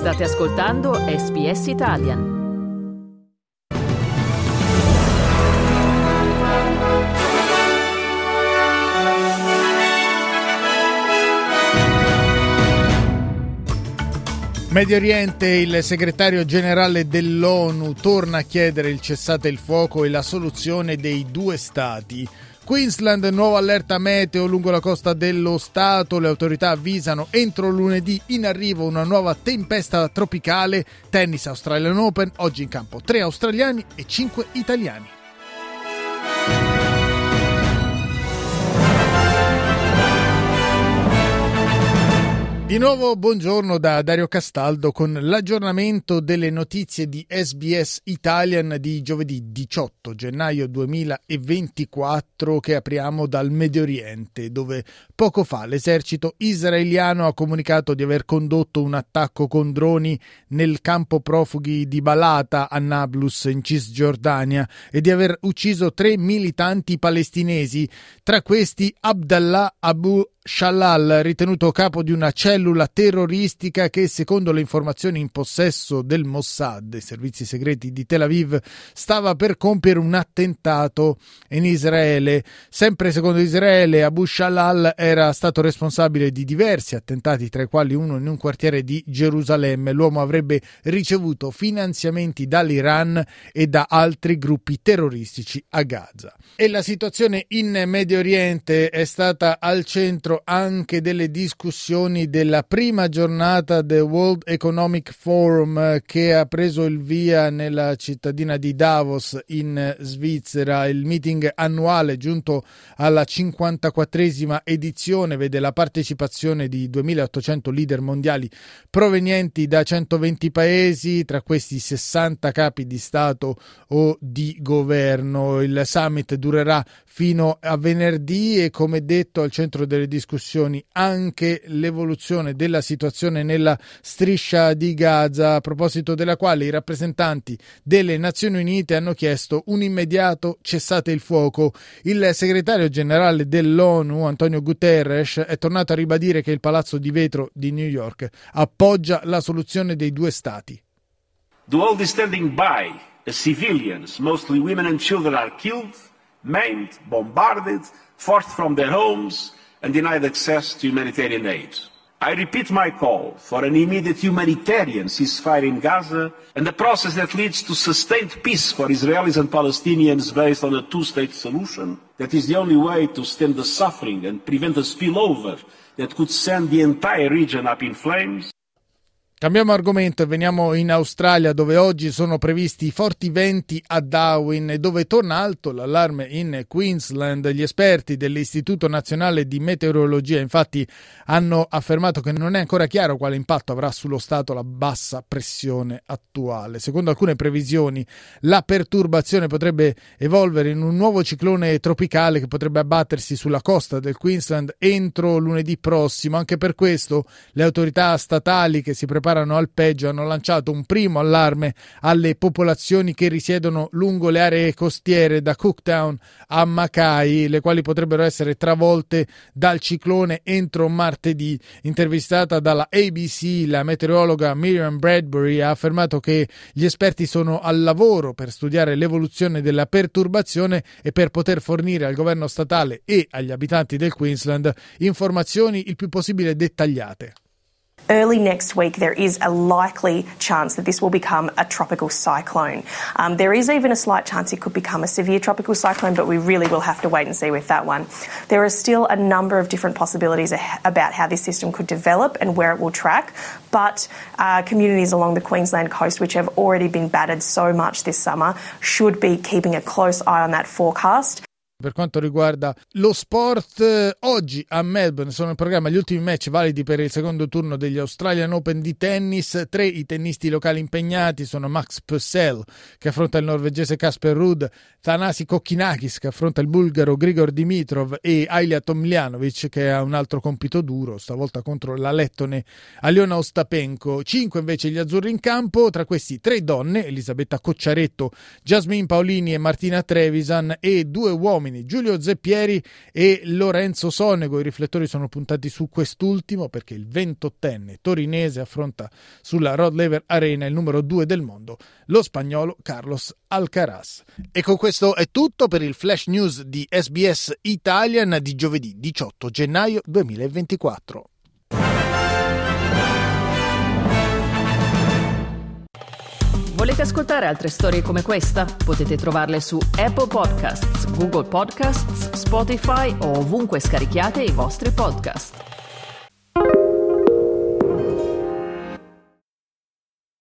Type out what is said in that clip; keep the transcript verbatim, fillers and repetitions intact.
State ascoltando S B S Italian. Medio Oriente, il segretario generale dell'ONU torna a chiedere il cessate il fuoco e la soluzione dei due stati. Queensland, nuova allerta meteo lungo la costa dello stato, le autorità avvisano entro lunedì in arrivo una nuova tempesta tropicale. Tennis Australian Open, oggi in campo tre australiani e cinque italiani. Di nuovo buongiorno da Dario Castaldo con l'aggiornamento delle notizie di S B S Italian di giovedì diciotto gennaio duemilaventiquattro, che apriamo dal Medio Oriente, dove poco fa l'esercito israeliano ha comunicato di aver condotto un attacco con droni nel campo profughi di Balata a Nablus in Cisgiordania e di aver ucciso tre militanti palestinesi, tra questi Abdallah Abu Shalal, ritenuto capo di una cellula terroristica che, secondo le informazioni in possesso del Mossad, i servizi segreti di Tel Aviv, stava per compiere un attentato in Israele. Sempre secondo Israele, Abu Shalal era stato responsabile di diversi attentati, tra i quali uno in un quartiere di Gerusalemme. L'uomo avrebbe ricevuto finanziamenti dall'Iran e da altri gruppi terroristici a Gaza. E la situazione in Medio Oriente è stata al centro anche delle discussioni della prima giornata del World Economic Forum, che ha preso il via nella cittadina di Davos in Svizzera. Il meeting annuale, giunto alla cinquantaquattresima edizione, vede la partecipazione di duemilaottocento leader mondiali provenienti da centoventi paesi, tra questi sessanta capi di Stato o di governo. Il summit durerà fino a venerdì e, come detto, al centro delle discussioni anche l'evoluzione della situazione nella striscia di Gaza, a proposito della quale i rappresentanti delle Nazioni Unite hanno chiesto un immediato cessate il fuoco. Il segretario generale dell'ONU, Antonio Guterres, è tornato a ribadire che il Palazzo di Vetro di New York appoggia la soluzione dei due stati. The world is standing by as civilians, mostly women and children, are killed, maimed, bombarded, forced from their homes and denied access to humanitarian aid. I repeat my call for an immediate humanitarian ceasefire in Gaza and a process that leads to sustained peace for Israelis and Palestinians based on a two-state solution. That is the only way to stem the suffering and prevent a spillover that could send the entire region up in flames. Cambiamo argomento e veniamo in Australia, dove oggi sono previsti forti venti a Darwin e dove torna alto l'allarme in Queensland. Gli esperti dell'Istituto Nazionale di Meteorologia infatti hanno affermato che non è ancora chiaro quale impatto avrà sullo stato la bassa pressione attuale. Secondo alcune previsioni, la perturbazione potrebbe evolvere in un nuovo ciclone tropicale che potrebbe abbattersi sulla costa del Queensland entro lunedì prossimo. Anche per questo le autorità statali, che si preparano al peggio, hanno lanciato un primo allarme alle popolazioni che risiedono lungo le aree costiere da Cooktown a Mackay, le quali potrebbero essere travolte dal ciclone entro martedì. Intervistata dalla A B C, la meteorologa Miriam Bradbury ha affermato che gli esperti sono al lavoro per studiare l'evoluzione della perturbazione e per poter fornire al governo statale e agli abitanti del Queensland informazioni il più possibile dettagliate. Early next week, there is a likely chance that this will become a tropical cyclone. Um, there is even a slight chance it could become a severe tropical cyclone, but we really will have to wait and see with that one. There are still a number of different possibilities about how this system could develop and where it will track, but uh, communities along the Queensland coast, which have already been battered so much this summer, should be keeping a close eye on that forecast. Per quanto riguarda lo sport, oggi a Melbourne sono in programma gli ultimi match validi per il secondo turno degli Australian Open di tennis. Tre i tennisti locali impegnati sono Max Purcell, che affronta il norvegese Casper Ruud, Thanasi Kokkinakis, che affronta il bulgaro Grigor Dimitrov, e Ajla Tomljanovic, che ha un altro compito duro, stavolta contro la lettone Aliona Ostapenko. Cinque invece gli azzurri in campo, tra questi tre donne, Elisabetta Cocciaretto, Jasmine Paolini e Martina Trevisan, e due uomini uomini, Giulio Zeppieri e Lorenzo Sonego. I riflettori sono puntati su quest'ultimo perché il ventottenne torinese affronta sulla Rod Laver Arena il numero due del mondo, lo spagnolo Carlos Alcaraz. E con questo è tutto per il Flash News di S B S Italian di giovedì diciotto gennaio duemilaventiquattro. Volete ascoltare altre storie come questa? Potete trovarle su Apple Podcasts, Google Podcasts, Spotify o ovunque scarichiate i vostri podcast.